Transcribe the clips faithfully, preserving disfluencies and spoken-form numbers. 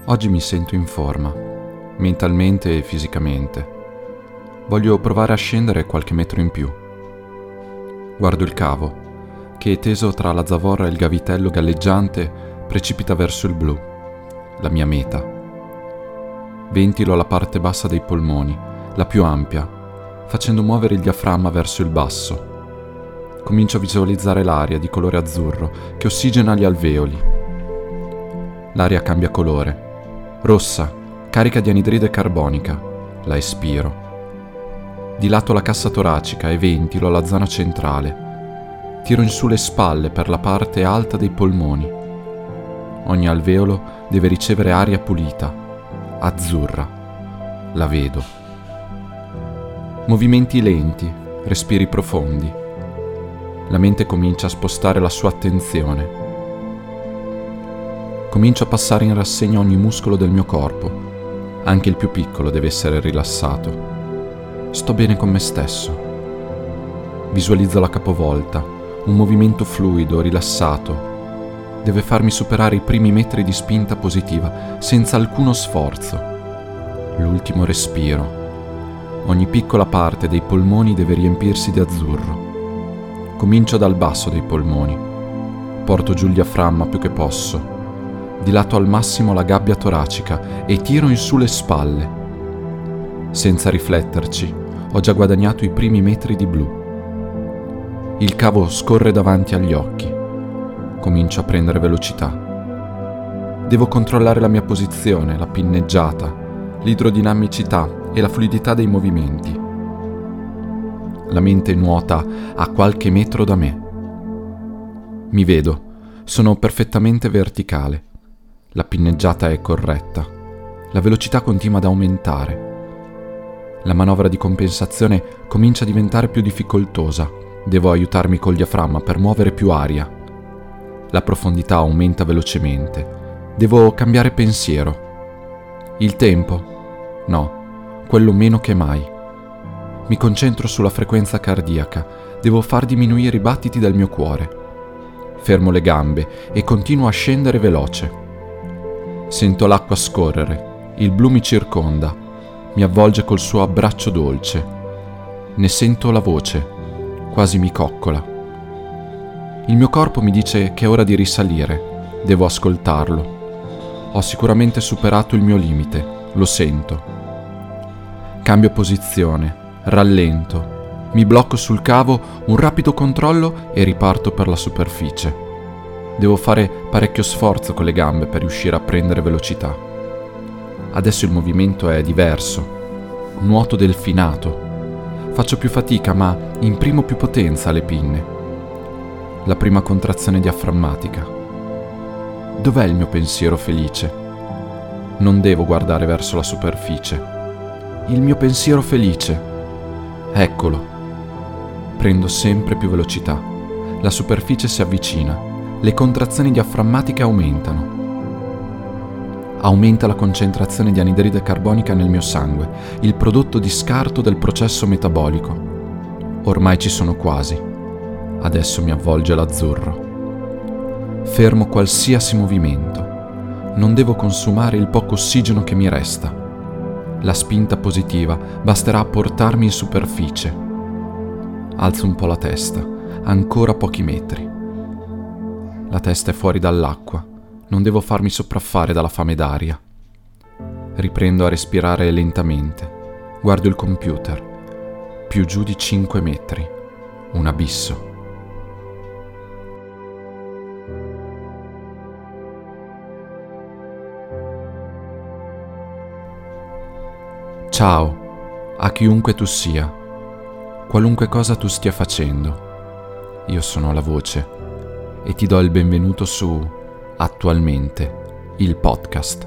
Oggi mi sento in forma, mentalmente e fisicamente. Voglio provare a scendere qualche metro in più. Guardo il cavo, che teso tra la zavorra e il gavitello galleggiante precipita verso il blu, la mia meta. Ventilo la parte bassa dei polmoni, la più ampia, facendo muovere il diaframma verso il basso. Comincio a visualizzare l'aria di colore azzurro che ossigena gli alveoli. L'aria cambia colore. Rossa, carica di anidride carbonica. La espiro. Dilato la cassa toracica e ventilo la zona centrale. Tiro in su le spalle per la parte alta dei polmoni. Ogni alveolo deve ricevere aria pulita, azzurra. La vedo. Movimenti lenti, respiri profondi. La mente comincia a spostare la sua attenzione. Comincio a passare in rassegna ogni muscolo del mio corpo. Anche il più piccolo deve essere rilassato. Sto bene con me stesso. Visualizzo la capovolta, un movimento fluido, rilassato. Deve farmi superare i primi metri di spinta positiva, senza alcuno sforzo. L'ultimo respiro. Ogni piccola parte dei polmoni deve riempirsi di azzurro. Comincio dal basso dei polmoni. Porto giù il diaframma più che posso. Dilato al massimo la gabbia toracica e tiro in su le spalle. Senza rifletterci, ho già guadagnato i primi metri di blu. Il cavo scorre davanti agli occhi. Comincio a prendere velocità. Devo controllare la mia posizione, la pinneggiata, l'idrodinamicità e la fluidità dei movimenti. La mente nuota a qualche metro da me. Mi vedo, sono perfettamente verticale. La pinneggiata è corretta. La velocità continua ad aumentare. La manovra di compensazione comincia a diventare più difficoltosa. Devo aiutarmi col diaframma per muovere più aria. La profondità aumenta velocemente. Devo cambiare pensiero. Il tempo? No, quello meno che mai. Mi concentro sulla frequenza cardiaca. Devo far diminuire i battiti del mio cuore. Fermo le gambe e continuo a scendere veloce. Sento l'acqua scorrere, il blu mi circonda, mi avvolge col suo abbraccio dolce. Ne sento la voce, quasi mi coccola. Il mio corpo mi dice che è ora di risalire, devo ascoltarlo. Ho sicuramente superato il mio limite, lo sento. Cambio posizione, rallento, mi blocco sul cavo, un rapido controllo e riparto per la superficie. Devo fare parecchio sforzo con le gambe per riuscire a prendere velocità. Adesso il movimento è diverso. Nuoto delfinato. Faccio più fatica, ma imprimo più potenza alle pinne. La prima contrazione diaframmatica. Dov'è il mio pensiero felice? Non devo guardare verso la superficie. Il mio pensiero felice. Eccolo. Prendo sempre più velocità. La superficie si avvicina. Le contrazioni diaframmatiche aumentano. Aumenta la concentrazione di anidride carbonica nel mio sangue, il prodotto di scarto del processo metabolico. Ormai ci sono quasi. Adesso mi avvolge l'azzurro. Fermo qualsiasi movimento. Non devo consumare il poco ossigeno che mi resta. La spinta positiva basterà a portarmi in superficie. Alzo un po' la testa, ancora pochi metri. La testa è fuori dall'acqua, non devo farmi sopraffare dalla fame d'aria. Riprendo a respirare lentamente. Guardo il computer. Più giù di cinque metri. Un abisso. Ciao, a chiunque tu sia, qualunque cosa tu stia facendo. Io sono la voce. E ti do il benvenuto su Attualmente, il podcast.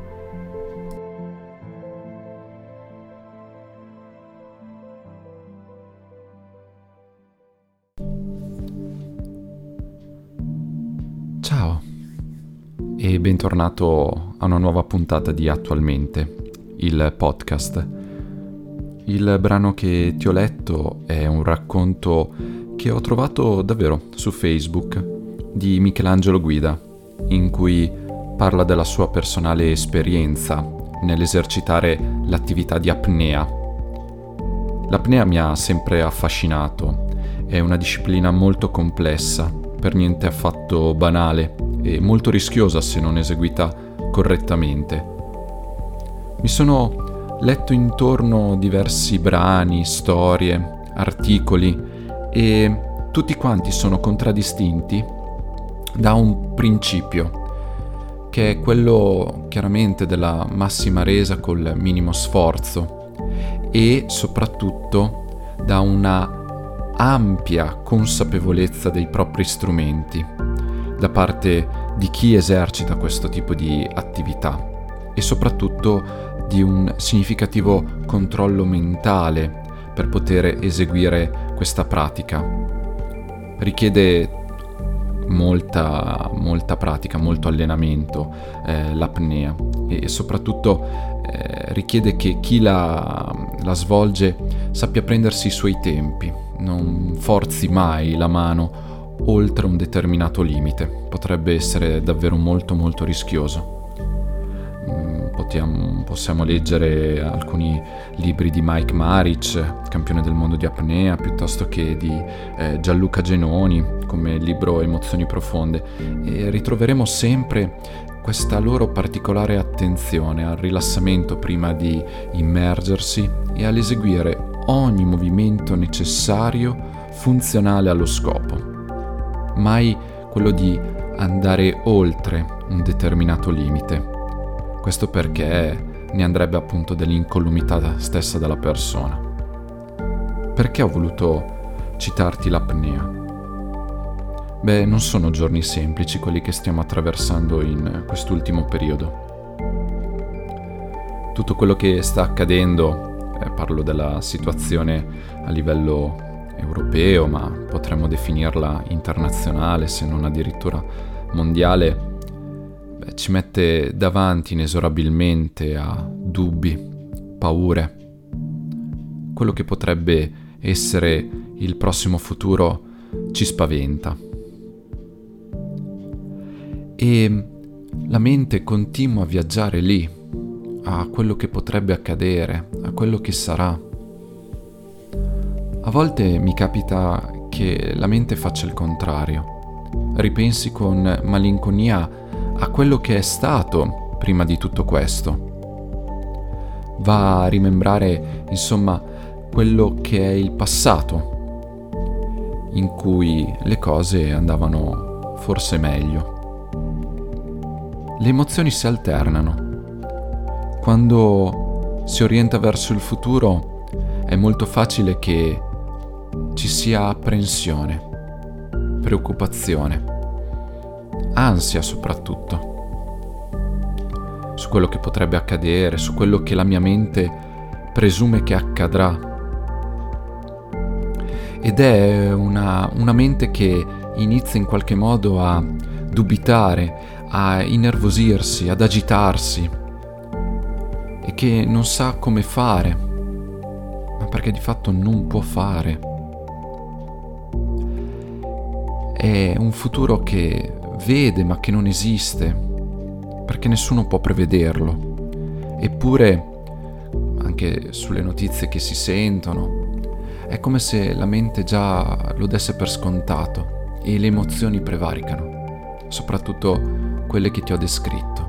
Ciao e bentornato a una nuova puntata di Attualmente, il podcast. Il brano che ti ho letto è un racconto che ho trovato davvero su Facebook di Michelangelo Guida, in cui parla della sua personale esperienza nell'esercitare l'attività di apnea. L'apnea mi ha sempre affascinato, è una disciplina molto complessa, per niente affatto banale e molto rischiosa se non eseguita correttamente. Mi sono letto intorno diversi brani, storie, articoli e tutti quanti sono contraddistinti da un principio, che è quello chiaramente della massima resa col minimo sforzo e soprattutto da una ampia consapevolezza dei propri strumenti da parte di chi esercita questo tipo di attività e soprattutto di un significativo controllo mentale per poter eseguire questa pratica. Richiede molta, molta pratica, molto allenamento, eh, l'apnea e soprattutto eh, richiede che chi la, la svolge sappia prendersi i suoi tempi, non forzi mai la mano oltre un determinato limite, potrebbe essere davvero molto molto rischioso. Potiamo, possiamo leggere alcuni libri di Mike Maric, campione del mondo di apnea, piuttosto che di eh, Gianluca Genoni, come il libro Emozioni profonde, e ritroveremo sempre questa loro particolare attenzione al rilassamento prima di immergersi e all'eseguire ogni movimento necessario funzionale allo scopo. Mai quello di andare oltre un determinato limite. Questo perché ne andrebbe appunto dell'incolumità stessa della persona. Perché ho voluto citarti l'apnea? Beh, non sono giorni semplici quelli che stiamo attraversando in quest'ultimo periodo. Tutto quello che sta accadendo, eh, parlo della situazione a livello europeo, ma potremmo definirla internazionale, se non addirittura mondiale, ci mette davanti inesorabilmente a dubbi, paure. Quello che potrebbe essere il prossimo futuro ci spaventa. E la mente continua a viaggiare lì, a quello che potrebbe accadere, a quello che sarà. A volte mi capita che la mente faccia il contrario, ripensi con malinconia a quello che è stato prima di tutto questo. Va a rimembrare, insomma, quello che è il passato, in cui le cose andavano forse meglio. Le emozioni si alternano. Quando si orienta verso il futuro è molto facile che ci sia apprensione, preoccupazione, ansia soprattutto, su quello che potrebbe accadere, su quello che la mia mente presume che accadrà. Ed è una, una mente che inizia in qualche modo a dubitare, a innervosirsi, ad agitarsi e che non sa come fare, ma perché di fatto non può fare. È un futuro che vede ma che non esiste, perché nessuno può prevederlo. Eppure, anche sulle notizie che si sentono, è come se la mente già lo desse per scontato e le emozioni prevaricano, soprattutto quelle che ti ho descritto.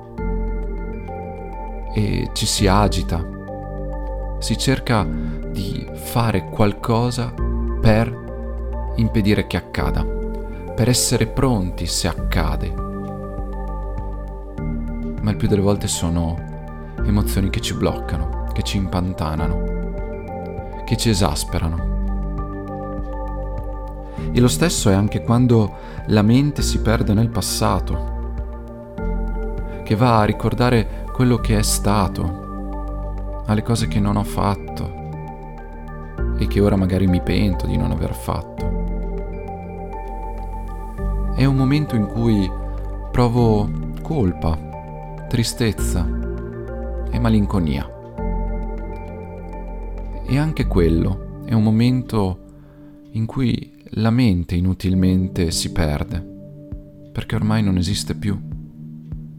E ci si agita, si cerca di fare qualcosa per impedire che accada, per essere pronti se accade. Ma il più delle volte sono emozioni che ci bloccano, che ci impantanano, che ci esasperano. E lo stesso è anche quando la mente si perde nel passato, che va a ricordare quello che è stato, alle cose che non ho fatto e che ora magari mi pento di non aver fatto. È un momento in cui provo colpa, tristezza e malinconia. E anche quello è un momento in cui la mente inutilmente si perde, perché ormai non esiste più.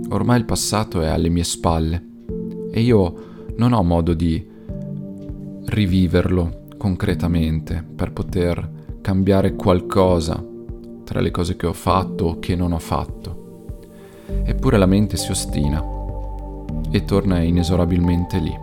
ormai il passato è alle mie spalle e io non ho modo di riviverlo concretamente per poter cambiare qualcosa tra le cose che ho fatto o che non ho fatto. Eppure la mente si ostina e torna inesorabilmente lì.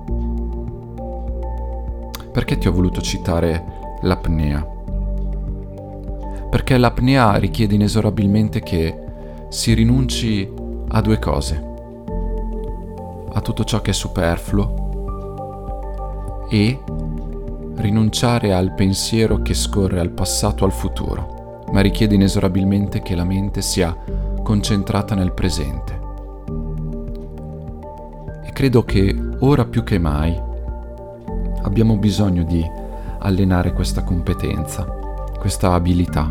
Perché ti ho voluto citare l'apnea? Perché l'apnea richiede inesorabilmente che si rinunci a due cose: a tutto ciò che è superfluo e rinunciare al pensiero che scorre al passato o al futuro, ma richiede inesorabilmente che la mente sia concentrata nel presente. E credo che ora più che mai abbiamo bisogno di allenare questa competenza, questa abilità,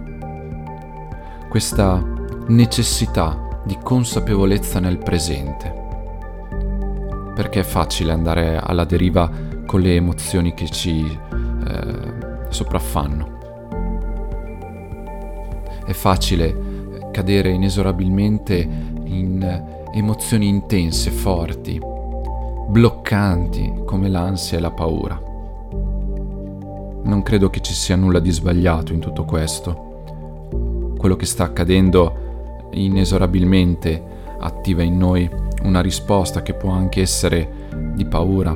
questa necessità di consapevolezza nel presente. Perché è facile andare alla deriva con le emozioni che ci eh, sopraffanno. È facile cadere inesorabilmente in emozioni intense, forti, bloccanti come l'ansia e la paura. Non credo che ci sia nulla di sbagliato in tutto questo. Quello che sta accadendo inesorabilmente attiva in noi una risposta che può anche essere di paura,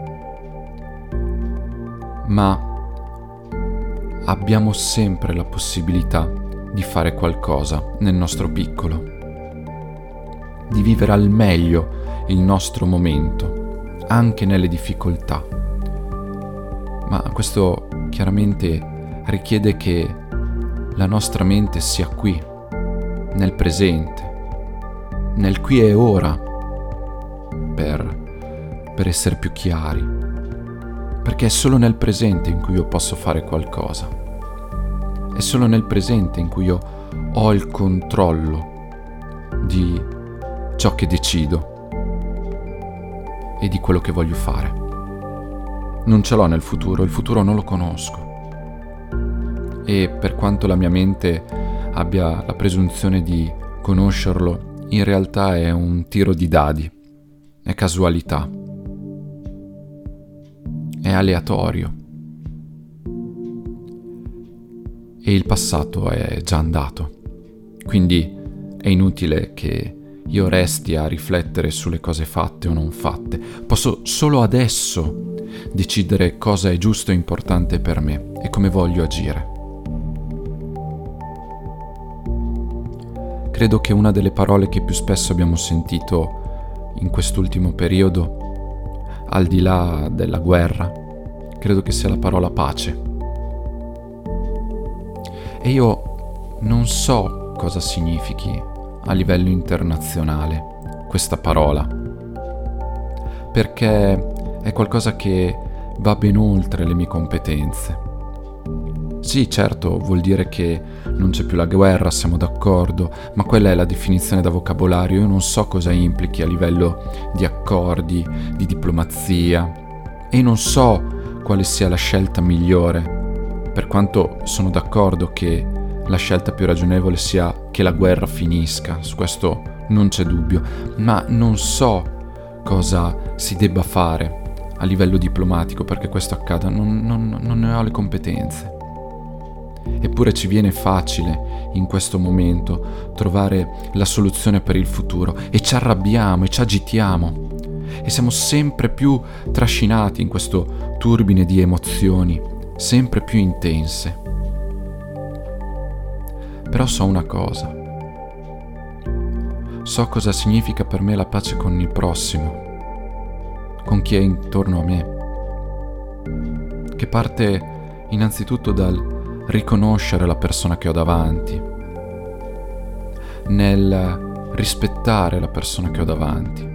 ma abbiamo sempre la possibilità di fare qualcosa nel nostro piccolo, di vivere al meglio il nostro momento, anche nelle difficoltà. Ma questo chiaramente richiede che la nostra mente sia qui, nel presente, nel qui e ora, per, per essere più chiari, perché è solo nel presente in cui io posso fare qualcosa, è solo nel presente in cui io ho il controllo di ciò che decido e di quello che voglio fare. Non ce l'ho nel futuro, il futuro non lo conosco. E per quanto la mia mente abbia la presunzione di conoscerlo, in realtà è un tiro di dadi, è casualità, è aleatorio. E il passato è già andato, quindi è inutile che io resti a riflettere sulle cose fatte o non fatte. Posso solo adesso decidere cosa è giusto e importante per me e come voglio agire. Credo che una delle parole che più spesso abbiamo sentito in quest'ultimo periodo, al di là della guerra, credo che sia la parola pace. E io non so cosa significhi a livello internazionale questa parola, perché è qualcosa che va ben oltre le mie competenze. Sì, certo, vuol dire che non c'è più la guerra, siamo d'accordo, ma quella è la definizione da vocabolario. Io non so cosa implichi a livello di accordi, di diplomazia, e non so quale sia la scelta migliore, per quanto sono d'accordo che la scelta più ragionevole sia che la guerra finisca, su questo non c'è dubbio, ma non so cosa si debba fare a livello diplomatico perché questo accada, non, non, non ne ho le competenze. Eppure ci viene facile in questo momento trovare la soluzione per il futuro e ci arrabbiamo e ci agitiamo e siamo sempre più trascinati in questo turbine di emozioni sempre più intense. Però so una cosa, so cosa significa per me la pace con il prossimo, con chi è intorno a me, che parte innanzitutto dal riconoscere la persona che ho davanti, nel rispettare la persona che ho davanti.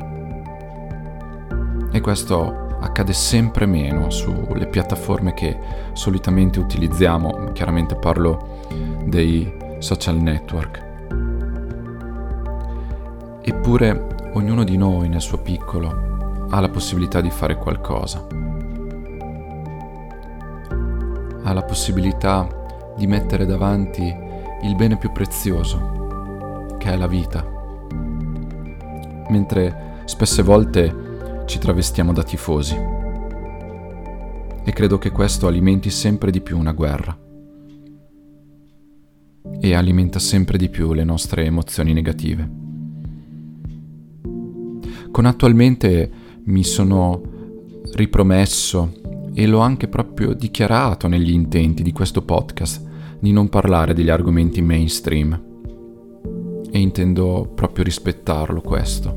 E questo accade sempre meno sulle piattaforme che solitamente utilizziamo, chiaramente parlo dei social network. Eppure ognuno di noi nel suo piccolo ha la possibilità di fare qualcosa, ha la possibilità di mettere davanti il bene più prezioso, che è la vita, mentre spesse volte ci travestiamo da tifosi. E credo che questo alimenti sempre di più una guerra. E alimenta sempre di più le nostre emozioni negative. Con Attualmente mi sono ripromesso, e l'ho anche proprio dichiarato negli intenti di questo podcast, di non parlare degli argomenti mainstream. E intendo proprio rispettarlo questo.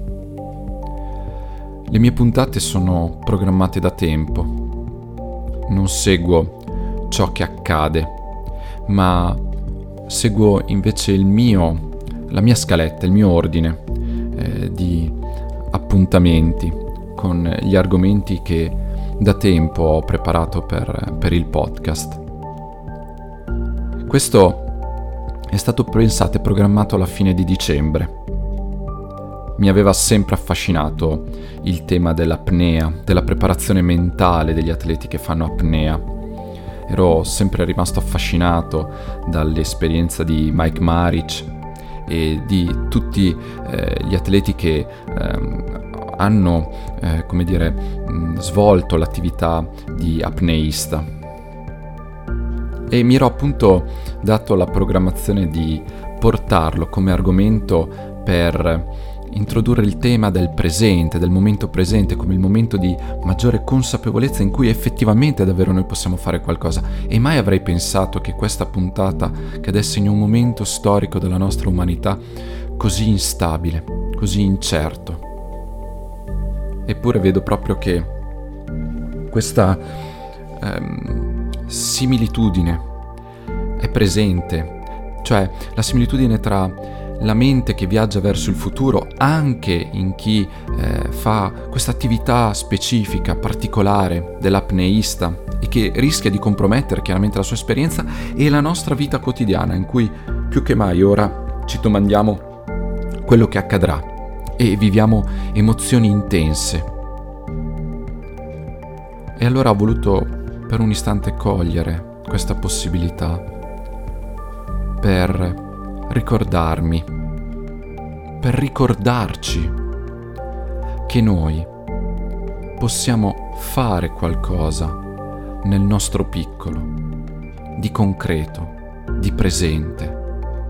Le mie puntate sono programmate da tempo. Non seguo ciò che accade, ma seguo invece il mio, la mia scaletta, il mio ordine eh, di appuntamenti con gli argomenti che da tempo ho preparato per, per il podcast. Questo è stato pensato e programmato alla fine di dicembre. Mi aveva sempre affascinato il tema dell'apnea, della preparazione mentale degli atleti che fanno apnea. Ero sempre rimasto affascinato dall'esperienza di Mike Maric e di tutti eh, gli atleti che eh, hanno, eh, come dire, mh, svolto l'attività di apneista. E mi ero appunto dato la programmazione di portarlo come argomento per introdurre il tema del presente, del momento presente, come il momento di maggiore consapevolezza in cui effettivamente davvero noi possiamo fare qualcosa. E mai avrei pensato che questa puntata cadesse in un momento storico della nostra umanità così instabile, così incerto. Eppure vedo proprio che questa ehm, similitudine è presente, cioè la similitudine tra la mente che viaggia verso il futuro anche in chi eh, fa questa attività specifica, particolare dell'apneista e che rischia di compromettere chiaramente la sua esperienza, e la nostra vita quotidiana in cui più che mai ora ci domandiamo quello che accadrà e viviamo emozioni intense. E allora ho voluto per un istante cogliere questa possibilità per ricordarmi, per ricordarci che noi possiamo fare qualcosa nel nostro piccolo, di concreto, di presente.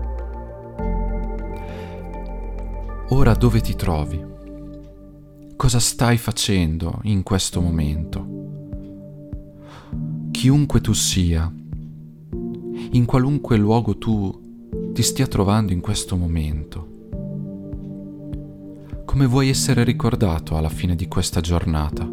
Ora dove ti trovi? Cosa stai facendo in questo momento? Chiunque tu sia, in qualunque luogo tu ti stia trovando in questo momento, come vuoi essere ricordato alla fine di questa giornata?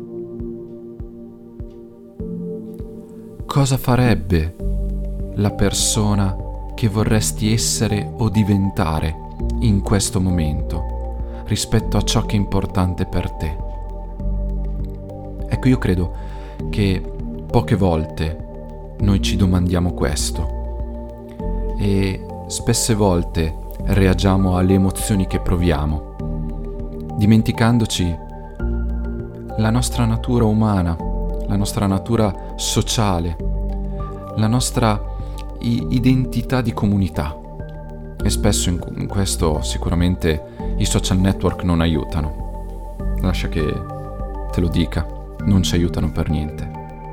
Cosa farebbe la persona che vorresti essere o diventare in questo momento rispetto a ciò che è importante per te? Ecco, io credo che poche volte noi ci domandiamo questo e spesse volte reagiamo alle emozioni che proviamo, dimenticandoci la nostra natura umana, la nostra natura sociale, la nostra i- identità di comunità. E spesso in, in questo sicuramente i social network non aiutano. Lascia che te lo dica, non ci aiutano per niente.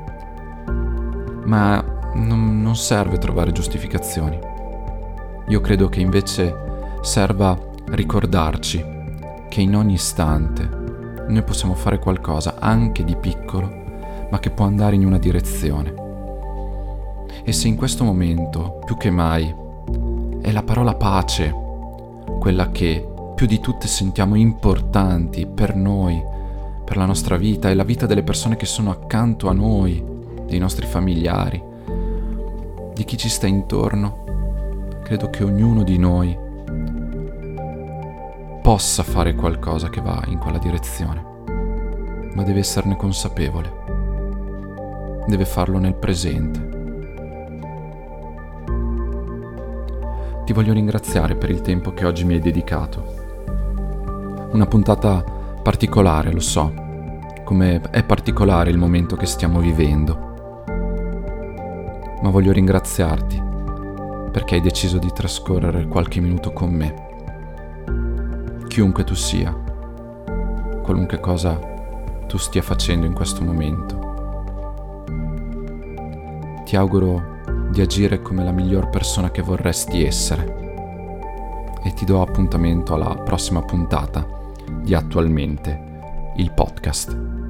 Ma non, non serve trovare giustificazioni. Io credo che invece serva ricordarci che in ogni istante noi possiamo fare qualcosa anche di piccolo, ma che può andare in una direzione. E se in questo momento, più che mai, è la parola pace quella che più di tutte sentiamo importanti per noi, per la nostra vita e la vita delle persone che sono accanto a noi, dei nostri familiari, di chi ci sta intorno, credo che ognuno di noi possa fare qualcosa che va in quella direzione, ma deve esserne consapevole, deve farlo nel presente. Ti voglio ringraziare per il tempo che oggi mi hai dedicato. Una puntata particolare, lo so, come è particolare il momento che stiamo vivendo. Ma voglio ringraziarti perché hai deciso di trascorrere qualche minuto con me. Chiunque tu sia, qualunque cosa tu stia facendo in questo momento. Ti auguro di agire come la miglior persona che vorresti essere e ti do appuntamento alla prossima puntata di Attualmente, il podcast.